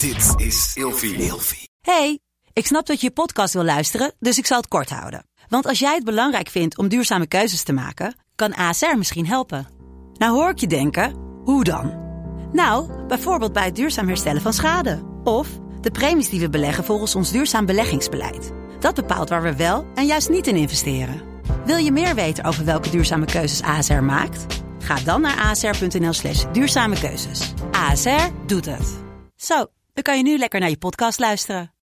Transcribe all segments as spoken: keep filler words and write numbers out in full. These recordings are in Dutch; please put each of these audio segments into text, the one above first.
Dit is Ilfie. Ilfie. Hey, ik snap dat je je podcast wil luisteren, dus ik zal het kort houden. Want als jij het belangrijk vindt om duurzame keuzes te maken, kan A S R misschien helpen. Nou hoor ik je denken, hoe dan? Nou, bijvoorbeeld bij het duurzaam herstellen van schade. Of de premies die we beleggen volgens ons duurzaam beleggingsbeleid. Dat bepaalt waar we wel en juist niet in investeren. Wil je meer weten over welke duurzame keuzes A S R maakt? Ga dan naar asr.nl slash duurzame keuzes. A S R doet het. Zo, dan kan je nu lekker naar je podcast luisteren.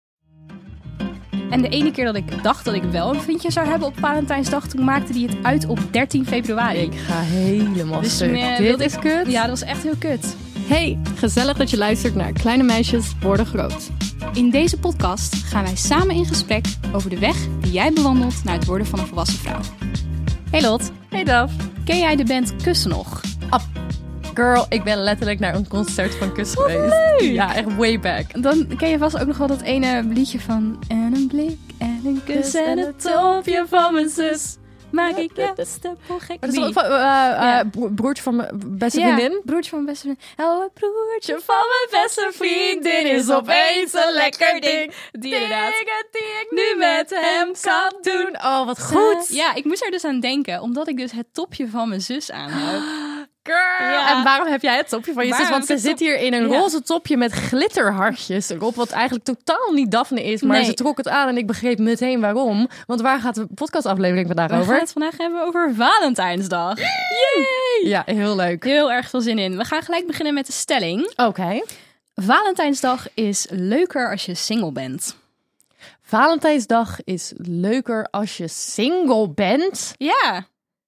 En de ene keer dat ik dacht dat ik wel een vriendje zou hebben op Valentijnsdag, toen maakte die het uit op dertien februari. Ik ga helemaal Dus stuk. me- Dit wilde is ik- kut. Ja, dat was echt heel kut. Hey, gezellig dat je luistert naar Kleine Meisjes Worden Groot. In deze podcast gaan wij samen in gesprek over de weg die jij bewandelt naar het worden van een volwassen vrouw. Hey Lot, Hey Daf. ken jij de band Kussen nog? Girl, ik ben letterlijk naar een concert van Kus geweest. leuk! Ja, echt way back. Dan ken je vast ook nog wel dat ene liedje van... En een blik en een kus en het topje van mijn zus. Maak ik jou stapel gek. Dat is Die. ook van, uh, uh, Ja. bro- broertje van mijn beste Ja, vriendin. broertje van mijn beste vriendin. Oh, het broertje van mijn beste vriendin is opeens een lekker ding. Die inderdaad. Dingen die ik Nu met hem kan doen. Oh, wat goed. Ja, ik moest er dus aan denken, omdat ik dus het topje van mijn zus aan heb. Girl. Ja. En waarom heb jij het topje van je Waarom zus? Want heb ze ik het zit hier in een Ja. roze topje met glitterhartjes erop. Wat eigenlijk totaal niet Daphne is. Maar Nee. ze trok het aan en ik begreep meteen waarom. Want waar gaat de podcastaflevering vandaag We gaan over? het vandaag hebben over Valentijnsdag. Yay! Ja, heel leuk. Heel erg veel zin in. We gaan gelijk beginnen met de stelling. Oké. Valentijnsdag is leuker als je single bent. Valentijnsdag is leuker als je single bent. Ja.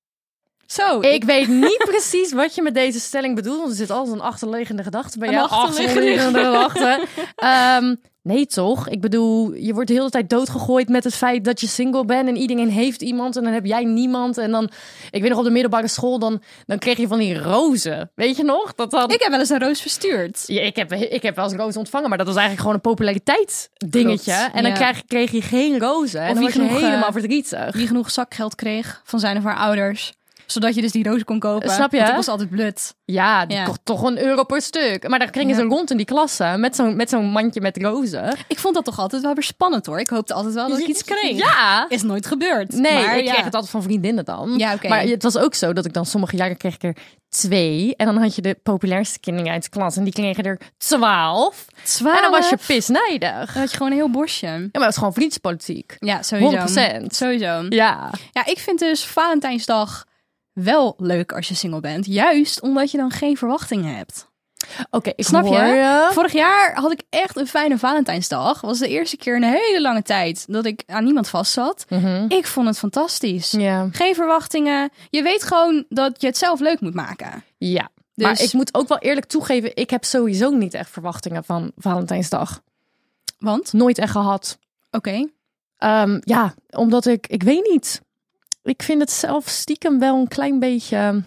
Zo. Ik weet niet precies wat je met deze stelling bedoelt, want er zit altijd een achterliggende gedachte bij Een jou. achterliggende gedachte. Ehm, nee, toch? Ik bedoel, je wordt de hele tijd doodgegooid met het feit dat je single bent en iedereen heeft iemand en dan heb jij niemand. En dan, ik weet nog op de middelbare school, dan, dan kreeg je van die rozen. Weet je nog? Dat dan... Ik heb wel eens een roos verstuurd. Ja, ik, heb, ik heb wel eens rozen ontvangen, maar dat was eigenlijk gewoon een populariteitsdingetje. Klopt, En dan ja. kreeg, kreeg je geen rozen. En Of dan wie was je genoeg, helemaal eh, verdrietig. Wie genoeg zakgeld kreeg van zijn of haar ouders. Zodat je dus die roos kon kopen. Snap je? Want ik was altijd blut. Ja, die Ja. kost toch een euro per stuk. Maar dan gingen Ja. ze rond in die klasse met zo'n met zo'n mandje met rozen. Ik vond dat toch altijd wel weer spannend hoor. Ik hoopte altijd wel dat ik iets kreeg. Ja. Is nooit gebeurd. Nee, maar ik ja. kreeg het altijd van vriendinnen dan. Ja, oké. Maar het was ook zo dat ik dan sommige jaren kreeg ik er twee. En dan had je de populairste kinderen uit de klas. En die kregen er twaalf. Twaalf? En dan was je pisnijdig. Dan had je gewoon een heel bosje. Ja, maar dat was gewoon vriendspolitiek. Ja, sowieso. honderd procent. Sowieso. Ja. Ja, ik vind dus Valentijnsdag wel leuk als je single bent. Juist omdat je dan geen verwachtingen hebt. Oké, ik Snap je? hoor je. Vorig jaar had ik echt een fijne Valentijnsdag. Was de eerste keer in een hele lange tijd dat ik aan niemand vast zat. Mhm. Ik vond het fantastisch. Ja. Geen verwachtingen. Je weet gewoon dat je het zelf leuk moet maken. Ja. Dus- Maar ik moet ook wel eerlijk toegeven, ik heb sowieso niet echt verwachtingen van Valentijnsdag. Want? Nooit echt gehad. Oké. Ehm, ja, omdat ik, ik weet niet. Ik vind het zelf stiekem wel een klein beetje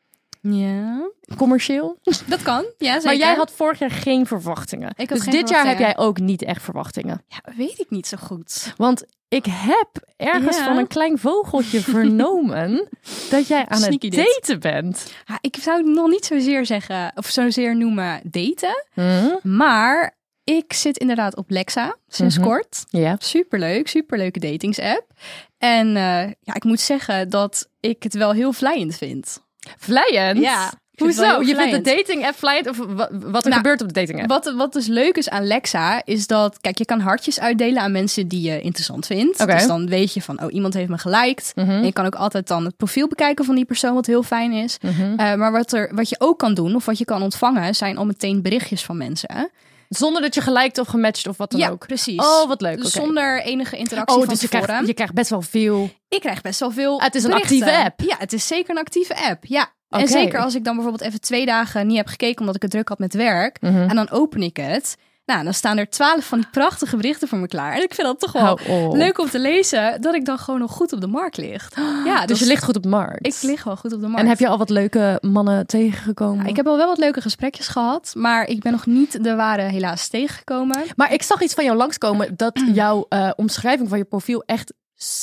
Ja. commercieel. Dat kan. Ja, zeker. Maar jij had vorig jaar geen verwachtingen. Ik had dus geen dit jaar heb verwachtingen. jij ook niet echt verwachtingen. Ja, weet ik niet zo goed. Want ik heb ergens Ja. van een klein vogeltje vernomen dat jij aan Sneaky het dit. daten bent. Ja, ik zou het nog niet zozeer zeggen, of zozeer noemen daten. Hm? Maar ik zit inderdaad op Lexa sinds Mhm. kort. Ja. Superleuk, superleuke datingsapp. En uh, ja, ik moet zeggen dat ik het wel heel vlijend vind. Vlijend? Ja. ik vind het wel Hoezo? heel Je vindt de vlijend. dating app vlijend? Of wa- wat er Nou, gebeurt op de dating app? Wat, wat dus leuk is aan Lexa, is dat, kijk, je kan hartjes uitdelen aan mensen die je interessant vindt. Oké. Dus dan weet je van, oh, iemand heeft me geliked. Mhm. En je kan ook altijd dan het profiel bekijken van die persoon, wat heel fijn is. Mhm. Uh, maar wat, er, wat je ook kan doen, of wat je kan ontvangen, zijn al meteen berichtjes van mensen. Zonder dat je geliked of gematcht of wat dan ja, ook. precies. Oh, wat leuk. Dus oké. zonder enige interactie Oh, van dus je tevoren. krijgt, je krijgt best wel veel. Ik krijg best wel veel Het is een berichten. actieve app. Ja, het is zeker een actieve app. Ja. Oké. En zeker als ik dan bijvoorbeeld even twee dagen niet heb gekeken omdat ik het druk had met werk. Mhm. En dan open ik het. Nou, dan staan er twaalf van die prachtige berichten voor me klaar. En ik vind dat toch wel Hou op. leuk om te lezen dat ik dan gewoon nog goed op de markt lig. Ja, Dus dat je is- ligt goed op de markt. Ik lig wel goed op de markt. En heb je al wat leuke mannen tegengekomen? Ja, ik heb al wel wat leuke gesprekjes gehad, maar ik ben nog niet de ware helaas tegengekomen. Maar ik zag iets van jou langskomen dat jouw eh, omschrijving van je profiel echt super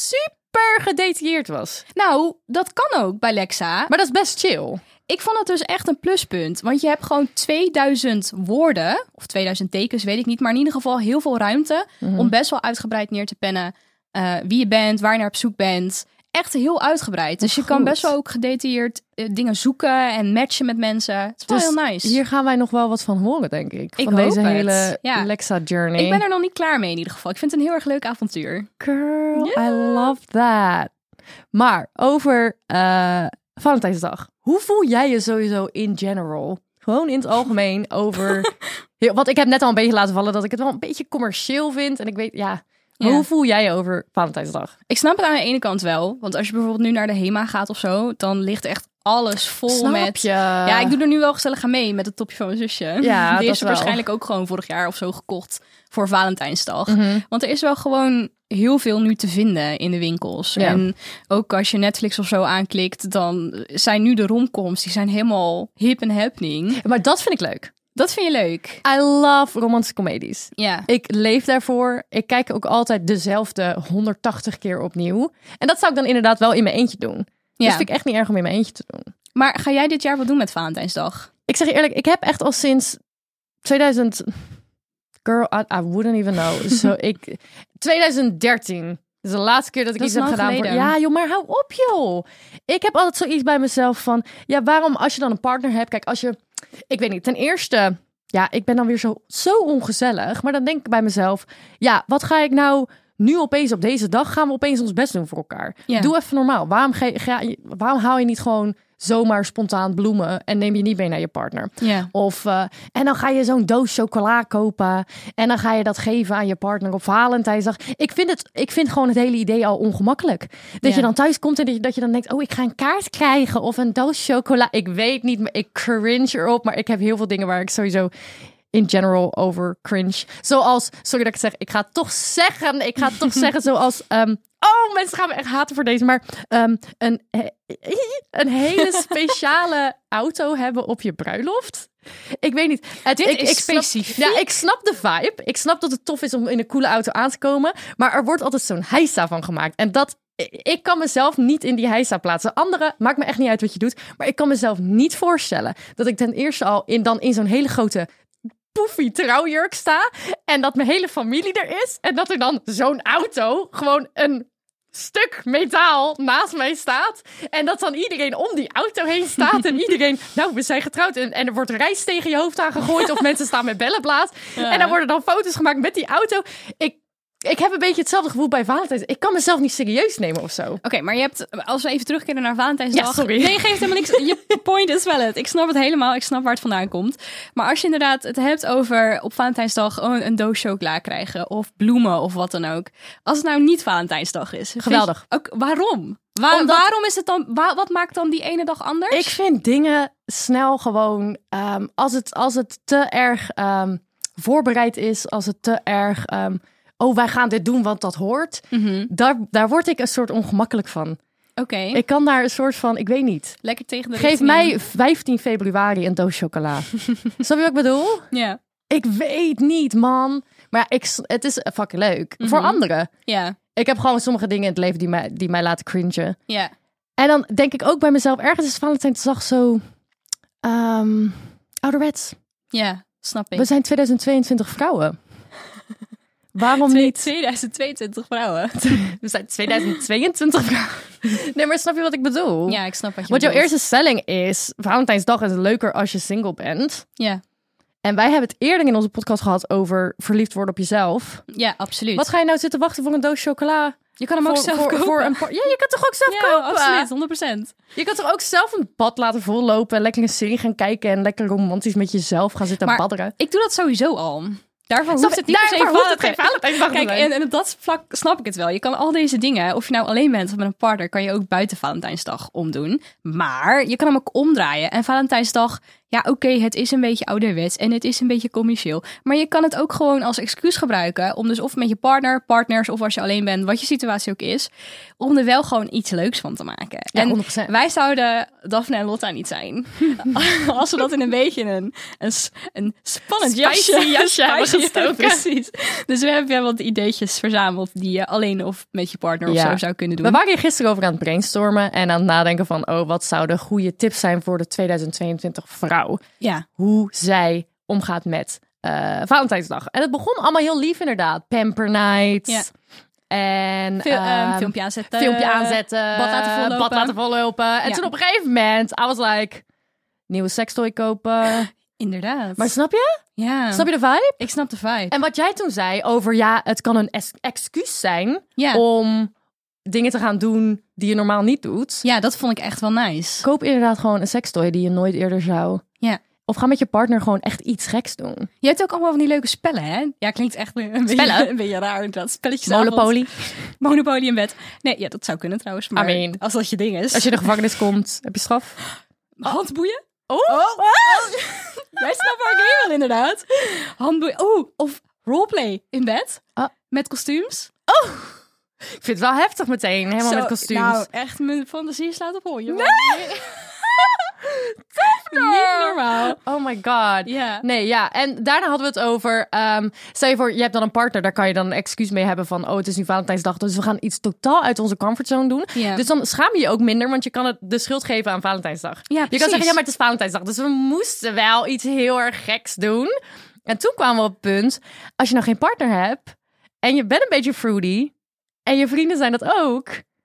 super gedetailleerd was. Nou, dat kan ook bij Lexa. Maar dat is best chill. Ik vond het dus echt een pluspunt. Want je hebt gewoon tweeduizend woorden, of tweeduizend tekens, weet ik niet. Maar in ieder geval heel veel ruimte Mm-hmm. om best wel uitgebreid neer te pennen. Uh, wie je bent, waar je naar op zoek bent. Echt heel uitgebreid. Dus je Goed. kan best wel ook gedetailleerd uh, dingen zoeken en matchen met mensen. Het is wel Dus heel nice. hier gaan wij nog wel wat van horen, denk ik. Ik van hoop deze het. hele Ja. Lexa-journey. Ik ben er nog niet klaar mee in ieder geval. Ik vind het een heel erg leuk avontuur. Girl, Yeah. I love that. Maar over uh, Valentijnsdag. Hoe voel jij je sowieso in general? Gewoon in het algemeen over... Ja, want ik heb net al een beetje laten vallen dat ik het wel een beetje commercieel vind. En ik weet, ja... Maar Ja. hoe voel jij je over Valentijnsdag? Ik snap het aan de ene kant wel. Want als je bijvoorbeeld nu naar de HEMA gaat of zo, dan ligt echt alles vol Snap met... je? Ja, ik doe er nu wel gezellig aan mee met het topje van mijn zusje. Ja, Die dat is wel. waarschijnlijk ook gewoon vorig jaar of zo gekocht voor Valentijnsdag. Mhm. Want er is wel gewoon heel veel nu te vinden in de winkels. Ja. En ook als je Netflix of zo aanklikt, dan zijn nu de romcoms, die zijn helemaal hip en happening. Maar dat vind ik leuk. Dat vind je leuk? I love romantische comedies. Ja. Ik leef daarvoor. Ik kijk ook altijd dezelfde honderdtachtig keer opnieuw. En dat zou ik dan inderdaad wel in mijn eentje doen. Dus Ja. dat vind ik echt niet erg om in mijn eentje te doen. Maar ga jij dit jaar wat doen met Valentijnsdag? Ik zeg je eerlijk, ik heb echt al sinds tweeduizend... Girl, I, I wouldn't even know. Zo, ik... twintig dertien. Dat is de laatste keer dat ik Dat iets is heb lang gedaan. Voor... geleden. Ja, joh, maar hou op, joh. Ik heb altijd zoiets bij mezelf van... Ja, waarom als je dan een partner hebt... Kijk, als je... Ik weet niet, ten eerste... Ja, ik ben dan weer zo, zo ongezellig. Maar dan denk ik bij mezelf... Ja, wat ga ik nou... Nu opeens op deze dag gaan we opeens ons best doen voor elkaar. Ja. Doe even normaal. Waarom, ga je, ga je- waarom haal je niet gewoon zomaar spontaan bloemen... en neem je niet mee naar je partner? Ja. Of, uh, en dan ga je zo'n doos chocola kopen. En dan ga je dat geven aan je partner op Valentijnsdag. Ik vind, het, ik vind gewoon het hele idee al ongemakkelijk. Dat Ja. je dan thuis komt en dat je, dat je dan denkt... oh, ik ga een kaart krijgen of een doos chocola. Ik weet niet, maar ik cringe erop. Maar ik heb heel veel dingen waar ik sowieso... in general over cringe. Zoals, sorry dat ik het zeg, ik ga het toch zeggen. Ik ga het toch zeggen zoals... Um, oh, mensen gaan me echt haten voor deze. Maar um, een, een hele speciale auto hebben op je bruiloft. Ik weet niet. Het, Dit ik, is ik snap, specifiek. ja, ik snap de vibe. Ik snap dat het tof is om in een coole auto aan te komen. Maar er wordt altijd zo'n heisa van gemaakt. En dat... Ik kan mezelf niet in die heisa plaatsen. Anderen, maakt me echt niet uit wat je doet. Maar ik kan mezelf niet voorstellen dat ik ten eerste al in, dan in zo'n hele grote... poefie trouwjurk sta en dat mijn hele familie er is en dat er dan zo'n auto gewoon een stuk metaal naast mij staat en dat dan iedereen om die auto heen staat en iedereen, nou, we zijn getrouwd en, en er wordt rijst tegen je hoofd aangegooid of mensen staan met bellenblaas Ja. en dan worden dan foto's gemaakt met die auto. Ik, ik heb een beetje hetzelfde gevoel bij Valentijns. Ik kan mezelf niet serieus nemen of zo. Oké, maar je hebt, als we even terugkeren naar Valentijnsdag... Ja, sorry. Nee, je geeft helemaal niks. Je point is wel het. Ik snap het helemaal. Ik snap waar het vandaan komt. Maar als je inderdaad het hebt over op Valentijnsdag oh, een doos chocola krijgen... of bloemen of wat dan ook. Als het nou niet Valentijnsdag is. vind je- Geweldig. Ook, waarom? Waar, Omdat- Waarom is het dan... wa- wat maakt dan die ene dag anders? Ik vind dingen snel gewoon... ehm, als, het, als het te erg ehm, voorbereid is, als het te erg... ehm, oh, wij gaan dit doen, want dat hoort. Mhm. Daar, daar word ik een soort ongemakkelijk van. Oké, Ik kan daar een soort van, ik weet niet. lekker tegen de Geef richting mij in. vijftien februari een doos chocola. Snap je wat ik bedoel? Ja, Ik weet niet, man. Maar ja, ik, s- het is fucking leuk. Mhm. Voor anderen. ja, Ik heb gewoon sommige dingen in het leven die mij, die mij laten cringen. ja. En dan denk ik ook bij mezelf, ergens is Valentijnsdag zo... ehm, ouderwets. Ja, snap ik. We zijn tweeduizend tweeëntwintig vrouwen. Waarom Twee- niet? tweeduizend tweeëntwintig vrouwen. We zijn tweeduizend tweeëntwintig vrouwen. Nee, maar snap je wat ik bedoel? Ja, ik snap wat je Want jouw bedoelt. eerste stelling is... Valentijnsdag is leuker als je single bent. Ja, En wij hebben het eerder in onze podcast gehad over verliefd worden op jezelf. ja, absoluut. Wat ga je nou zitten wachten voor een doos chocola? Je kan hem ook voor, zelf voor, kopen. voor een par- ja, je kan toch ook zelf ja, kopen? absoluut, honderd procent. Je kan toch ook zelf een bad laten vollopen... en lekker een serie gaan kijken... en lekker romantisch met jezelf gaan zitten Maar badderen. ik doe dat sowieso al. Daarvoor Snap hoeft je? het niet per se Daarvoor hoeft het Valentijn- geen Valentijnsdag te Kijk, zijn. en, en op dat vlak snap ik het wel. Je kan al deze dingen, of je nou alleen bent of met een partner, kan je ook buiten Valentijnsdag omdoen. Maar je kan hem ook omdraaien. En Valentijnsdag ja, oké, okay, het is een beetje ouderwets en het is een beetje commercieel. Maar je kan het ook gewoon als excuus gebruiken om dus of met je partner, partners of als je alleen bent, wat je situatie ook is, om er wel gewoon iets leuks van te maken. Ja, en honderd procent. wij zouden Daphne en Lotta niet zijn als we dat in een beetje een, een, een spannend Spicy jasje, jasje hebben Spicy, gestoken. Precies. Dus we hebben wel wat ideetjes verzameld die je alleen of met je partner of Ja. zo zou kunnen doen. We waren hier gisteren over aan het brainstormen en aan het nadenken van, oh, wat zouden goede tips zijn voor de tweeduizend tweeëntwintig vrouw? Ja. Hoe zij omgaat met uh, Valentijnsdag. En het begon allemaal heel lief inderdaad. Pamper night. Ja. En Fil- um, um, filmpje aanzetten. filmpje aanzetten. Bad laten vollopen. Bad laten vollopen. En Ja. toen op een gegeven moment, I was like, nieuwe sextoy kopen. Inderdaad. Maar snap je? ja. Snap je de vibe? Ik snap de vibe. En wat jij toen zei over, ja, het kan een es- excuus zijn Ja. om dingen te gaan doen die je normaal niet doet. Ja, dat vond ik echt wel nice. Koop inderdaad gewoon een sextoy die je nooit eerder zou. Ja. Of ga met je partner gewoon echt iets geks doen. Je hebt ook allemaal van die leuke spellen, hè? Ja, klinkt echt een beetje, Spellen? een beetje raar inderdaad. Spelletjes Monopoly. Monopoly in bed. Nee, ja, dat zou kunnen trouwens. Maar I mean, als dat je ding is. Als je in de gevangenis komt, heb je straf. Handboeien? Oh, Jij snapt waar ik heen wil, inderdaad. Handboeien. Oeh, of roleplay in bed. Ah. Met kostuums. ik vind het wel heftig meteen, helemaal Zo, met kostuums. Nou, echt, mijn fantasie slaat op hol. Nee! nee. Niet normaal. Oh my god. Ja. Nee, ja. En daarna hadden we het over... Um, stel je voor, je hebt dan een partner. Daar kan je dan een excuus mee hebben van... oh, het is nu Valentijnsdag. Dus we gaan iets totaal uit onze comfortzone doen. Ja. Dus dan schaam je je ook minder. Want je kan het de schuld geven aan Valentijnsdag. Ja, je precies. kan zeggen, ja, maar het is Valentijnsdag. Dus we moesten wel iets heel erg geks doen. En toen kwamen we op het punt... als je nou geen partner hebt... en je bent een beetje fruity... en je vrienden zijn dat ook...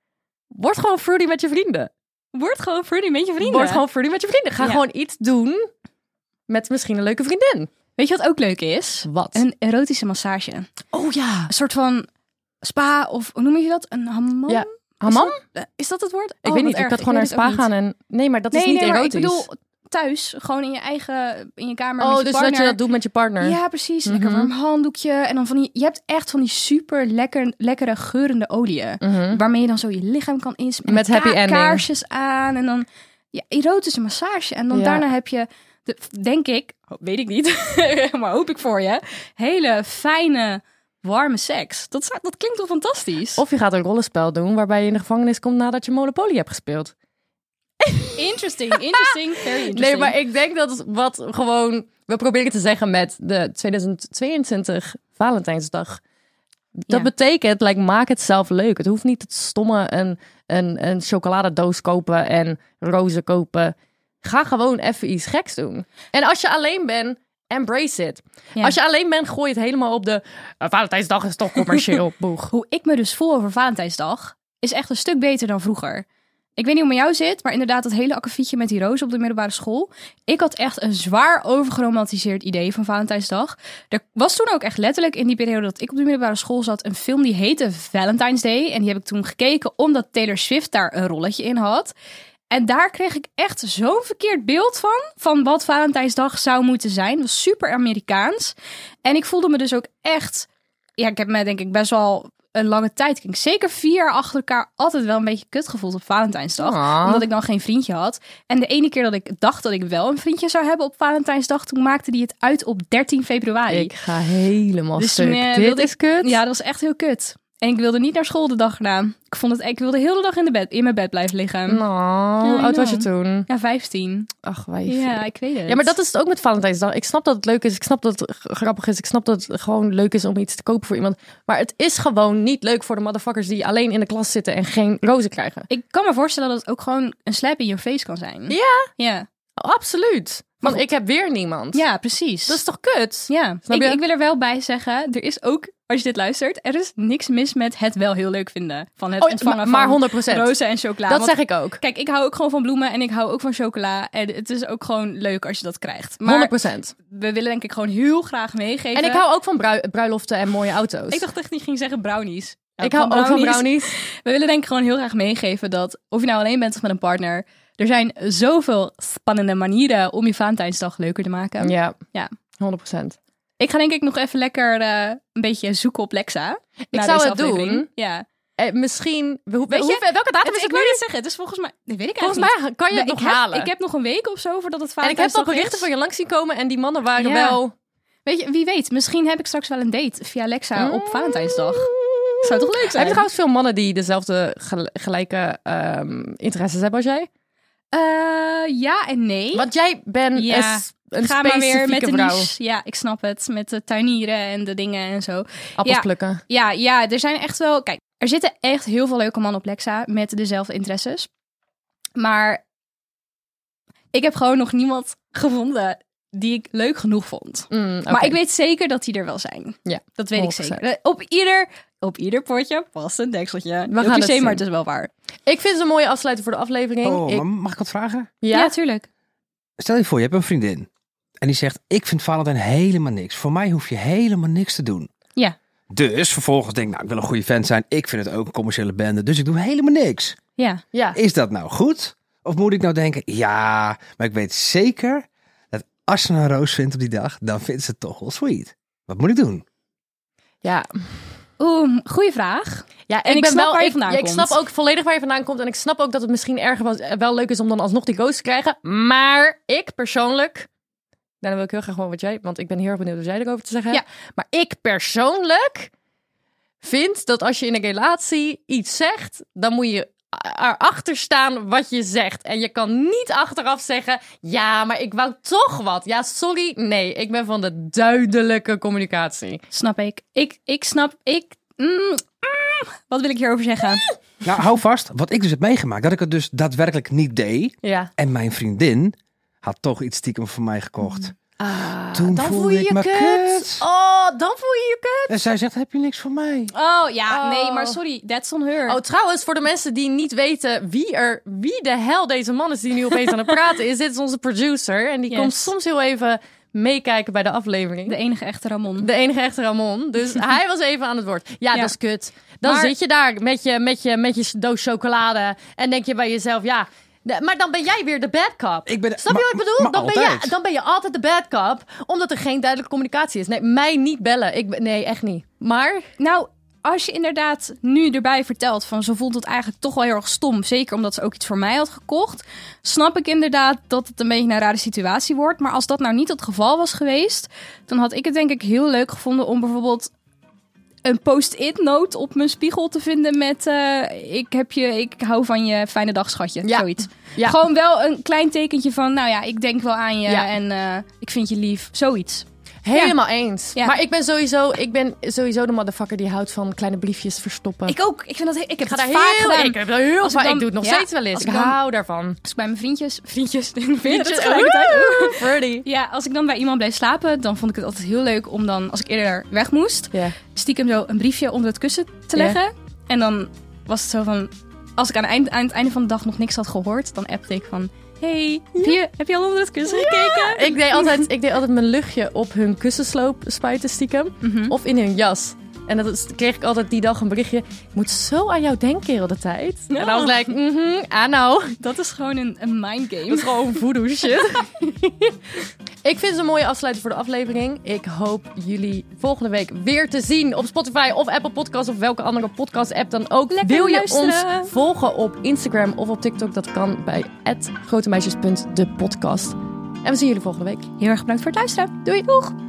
word gewoon fruity met je vrienden. Word gewoon fruity met je vrienden. Word gewoon fruity met je vrienden. Ga Ja. gewoon iets doen met misschien een leuke vriendin. Weet je wat ook leuk is? Wat? Een erotische massage. Oh ja. Een soort van spa of hoe noem je dat? Een hammam? Ja. Hammam? Is dat, is dat het woord? Ik weet niet. Ik had gewoon naar een spa gaan en... Nee, maar dat nee, is niet nee, maar erotisch. ik bedoel thuis, gewoon in je eigen, in je kamer oh, met je dus partner. dat je dat doet met je partner. Ja, precies. Lekker Mhm. warm handdoekje. En dan van die, je hebt echt van die super lekker, lekkere geurende oliën. Mhm. Waarmee je dan zo je lichaam kan insmeren. Met happy ending. Kaarsjes aan. En dan ja, erotische massage. En dan Ja. daarna heb je, de, denk ik, weet ik niet, maar hoop ik voor je, hele fijne, warme seks. Dat, zou- dat klinkt toch fantastisch? Of je gaat een rollenspel doen waarbij je in de gevangenis komt nadat je Monopoly hebt gespeeld. Interesting, interesting, very interesting. Nee, maar ik denk dat wat gewoon... We proberen te zeggen met de tweeduizend tweeëntwintig Valentijnsdag. Dat Ja. betekent, like, maak het zelf leuk. Het hoeft niet het stomme een, een, een chocoladedoos kopen en rozen kopen. Ga gewoon even iets geks doen. En als je alleen bent, embrace it. Ja. Als je alleen bent, gooi het helemaal op de... "Uh, Valentijnsdag is toch commercieel, boeg. Hoe ik me dus voel over Valentijnsdag is echt een stuk beter dan vroeger. Ik weet niet hoe het met jou zit, maar inderdaad dat hele akkefietje met die roos op de middelbare school. Ik had echt een zwaar overgeromantiseerd idee van Valentijnsdag. Er was toen ook echt letterlijk in die periode dat ik op de middelbare school zat een film die heette Valentine's Day. En die heb ik toen gekeken omdat Taylor Swift daar een rolletje in had. En daar kreeg ik echt zo'n verkeerd beeld van, van wat Valentijnsdag zou moeten zijn. Het was super Amerikaans. En ik voelde me dus ook echt... Ja, ik heb me denk ik best wel een lange tijd, ik denk zeker vier jaar achter elkaar, altijd wel een beetje kut gevoeld op Valentijnsdag. Ah. Omdat ik dan geen vriendje had. En de ene keer dat ik dacht dat ik wel een vriendje zou hebben op Valentijnsdag, toen maakte die het uit op dertien februari. Ik ga helemaal Dus stuk. toen, eh, Dit wilde is ik- kut. Ja, dat was echt heel kut. En ik wilde niet naar school de dag erna. Ik vond het, ik wilde heel de dag in, de bed, in mijn bed blijven liggen. Nou, hoe I oud was je know. toen? Ja, vijftien. Ach, wijfie. Ja, ik weet het. Ja, maar dat is het ook met Valentijnsdag. Ik snap dat het leuk is. Ik snap dat het g- grappig is. Ik snap dat het gewoon leuk is om iets te kopen voor iemand. Maar het is gewoon niet leuk voor de motherfuckers die alleen in de klas zitten en geen rozen krijgen. Ik kan me voorstellen dat het ook gewoon een slap in your face kan zijn. Ja, Ja, absoluut. Maar Want ik heb weer niemand. ja precies. Dat is toch kut? Ja, Snap ik, je? ik wil er wel bij zeggen, er is ook, als je dit luistert, er is niks mis met het wel heel leuk vinden van het Oh, ontvangen maar- maar van honderd procent. rozen en chocola. Dat Want, zeg ik ook. Kijk, ik hou ook gewoon van bloemen en ik hou ook van chocola. En het is ook gewoon leuk als je dat krijgt. Maar honderd procent. we willen denk ik gewoon heel graag meegeven. En ik hou ook van brui- bruiloften en mooie auto's. Ik dacht echt niet ging zeggen brownies. ik hou ook van brownies. We willen denk ik gewoon heel graag meegeven dat, of je nou alleen bent of met een partner, er zijn zoveel spannende manieren om je Valentijnsdag leuker te maken. Ja, Ja. honderd procent. Ik ga denk ik nog even lekker eh, een beetje zoeken op Lexa. Ik na zou deze het aflevering. doen. Ja. Eh, misschien... Hoe, Weet je, hoe, welke datum Het, is ik het wil nu? niet zeggen. Het is volgens mij... Nee, weet ik Volgens eigenlijk mij kan je het niet. nog ik heb, halen. Ik heb nog een week of zo voordat het en ik heb al Valentijnsdag berichten is. van je langs zien komen en die mannen waren Ja. wel... Weet je, wie weet. Misschien heb ik straks wel een date via Alexa op Mm. Valentijnsdag. Zou toch leuk Heb zijn? je trouwens veel mannen die dezelfde gel- gelijke um, interesses hebben als jij? Uh, ja en nee. Want jij bent Ja. een, een Ga maar weer met de vrouw. niche. Ja, ik snap het. Met de tuinieren en de dingen en zo. Appels Ja. plukken. Ja, ja, er zijn echt wel... Kijk, er zitten echt heel veel leuke mannen op Lexa met dezelfde interesses. Maar ik heb gewoon nog niemand gevonden die ik leuk genoeg vond. Mm, oké. Maar ik weet zeker dat die er wel zijn. Ja, Dat weet honderd ik procent. zeker. Op ieder, op ieder potje past een dekseltje. We Heel gaan het cliché, zien. maar het is wel waar. Ik vind het een mooie afsluiting voor de aflevering. Oh, ik, maar mag ik wat vragen? ja? Ja, tuurlijk. Stel je voor, je hebt een vriendin. En die zegt, ik vind Valentijn helemaal niks. Voor mij hoef je helemaal niks te doen. Ja. Dus vervolgens denk ik, nou, ik wil een goede fan zijn. Ik vind het ook een commerciële bende. Dus ik doe helemaal niks. Ja. ja. Is dat nou goed? Of moet ik nou denken, ja, maar ik weet zeker dat als ze een roos vindt op die dag, dan vindt ze het toch wel sweet. Wat moet ik doen? Ja. Oeh, goeie vraag. Ja, En ik ben snap wel, waar je ik, vandaan ja, ik komt. snap ook volledig waar je vandaan komt. En ik snap ook dat het misschien erger was, wel leuk is om dan alsnog die ghost te krijgen. Maar ik persoonlijk... Nou, dan wil ik heel graag gewoon wat jij... Want ik ben heel erg benieuwd wat jij erover te zeggen hebt. Maar ik persoonlijk vind dat als je in een relatie iets zegt, dan moet je erachter staan wat je zegt. En je kan niet achteraf zeggen, ja, maar ik wou toch wat. Ja, sorry. Nee, ik ben van de duidelijke communicatie. Snap ik. Ik, ik snap... Ik... Mm, mm, wat wil ik hierover zeggen? Nou, hou vast. Wat ik dus heb meegemaakt, dat ik het dus daadwerkelijk niet deed. Ja. En mijn vriendin had toch iets stiekem voor mij gekocht. Ah, Toen dan voelde voel je ik je me kut. kut. Oh, dan voel je je kut. En zij zegt, heb je niks voor mij? Oh, ja. Oh. Nee, maar sorry. That's on her. Oh, trouwens, voor de mensen die niet weten wie er, wie de hel deze man is die nu opeens aan het praten is, dit is onze producer. En die Yes. komt soms heel even meekijken bij de aflevering. De enige echte Ramon. De enige echte Ramon. Dus hij was even aan het woord. Ja, Ja. dat is kut. Dan Maar- zit je daar met je, met, je, met je doos chocolade en denk je bij jezelf, ja... de- Maar dan ben jij weer de bad cop. Ik ben de- Snap je maar- wat ik bedoel? maar Dan ben, je, altijd. dan ben je altijd de bad cop, omdat er geen duidelijke communicatie is. Nee, mij niet bellen. Ik, ben- nee, echt niet. Maar... Nou, als je inderdaad nu erbij vertelt van ze voelt het eigenlijk toch wel heel erg stom, zeker omdat ze ook iets voor mij had gekocht, snap ik inderdaad dat het een beetje een rare situatie wordt. Maar als dat nou niet het geval was geweest, dan had ik het denk ik heel leuk gevonden om bijvoorbeeld een post-it note op mijn spiegel te vinden met eh, ik heb je, ik hou van je, fijne dag schatje, Ja. zoiets. Ja. Gewoon wel een klein tekentje van, nou ja, ik denk wel aan je Ja. en eh, ik vind je lief, zoiets. Helemaal eens. Ja. Maar ik ben sowieso, ik ben sowieso de motherfucker die houdt van kleine briefjes verstoppen. Ik ook. Ik vind dat he- ik heb ga het daar vaak heel, gedaan. ik heb dat heel Als ik vaak. Ik, dan- doe het nog ja, steeds wel eens. als Ik ik dan- hou daarvan. Als ik bij mijn vriendjes, vriendjes, Vriendjes, vriendjes tegelijkertijd. Oeh, Freddy. Ja, als ik dan bij iemand bleef slapen, dan vond ik het altijd heel leuk om dan, als ik eerder weg moest, Ja. stiekem zo een briefje onder het kussen te Ja. leggen. En dan was het zo van, als ik aan het, eind, aan het einde van de dag nog niks had gehoord, dan appte ik van, hey, heb, je, heb je al onder het kussen gekeken? Ik deed, altijd, ik deed altijd mijn luchtje op hun kussensloop spuiten stiekem. Mhm. Of in hun jas. En dan kreeg ik altijd die dag een berichtje. Ik moet zo aan jou denken heel de tijd. Ja. En dan was ik like, mhm, I know. Dat is gewoon een, een mind game. Dat is gewoon voodoo shit. Ik vind het een mooie afsluiting voor de aflevering. Ik hoop jullie volgende week weer te zien op Spotify of Apple Podcasts of welke andere podcast app dan ook. Lekker Wil je luisteren. ons volgen op Instagram of op TikTok? Dat kan bij at grotemeisjes punt de podcast. En we zien jullie volgende week. Heel erg bedankt voor het luisteren. Doei. Doeg.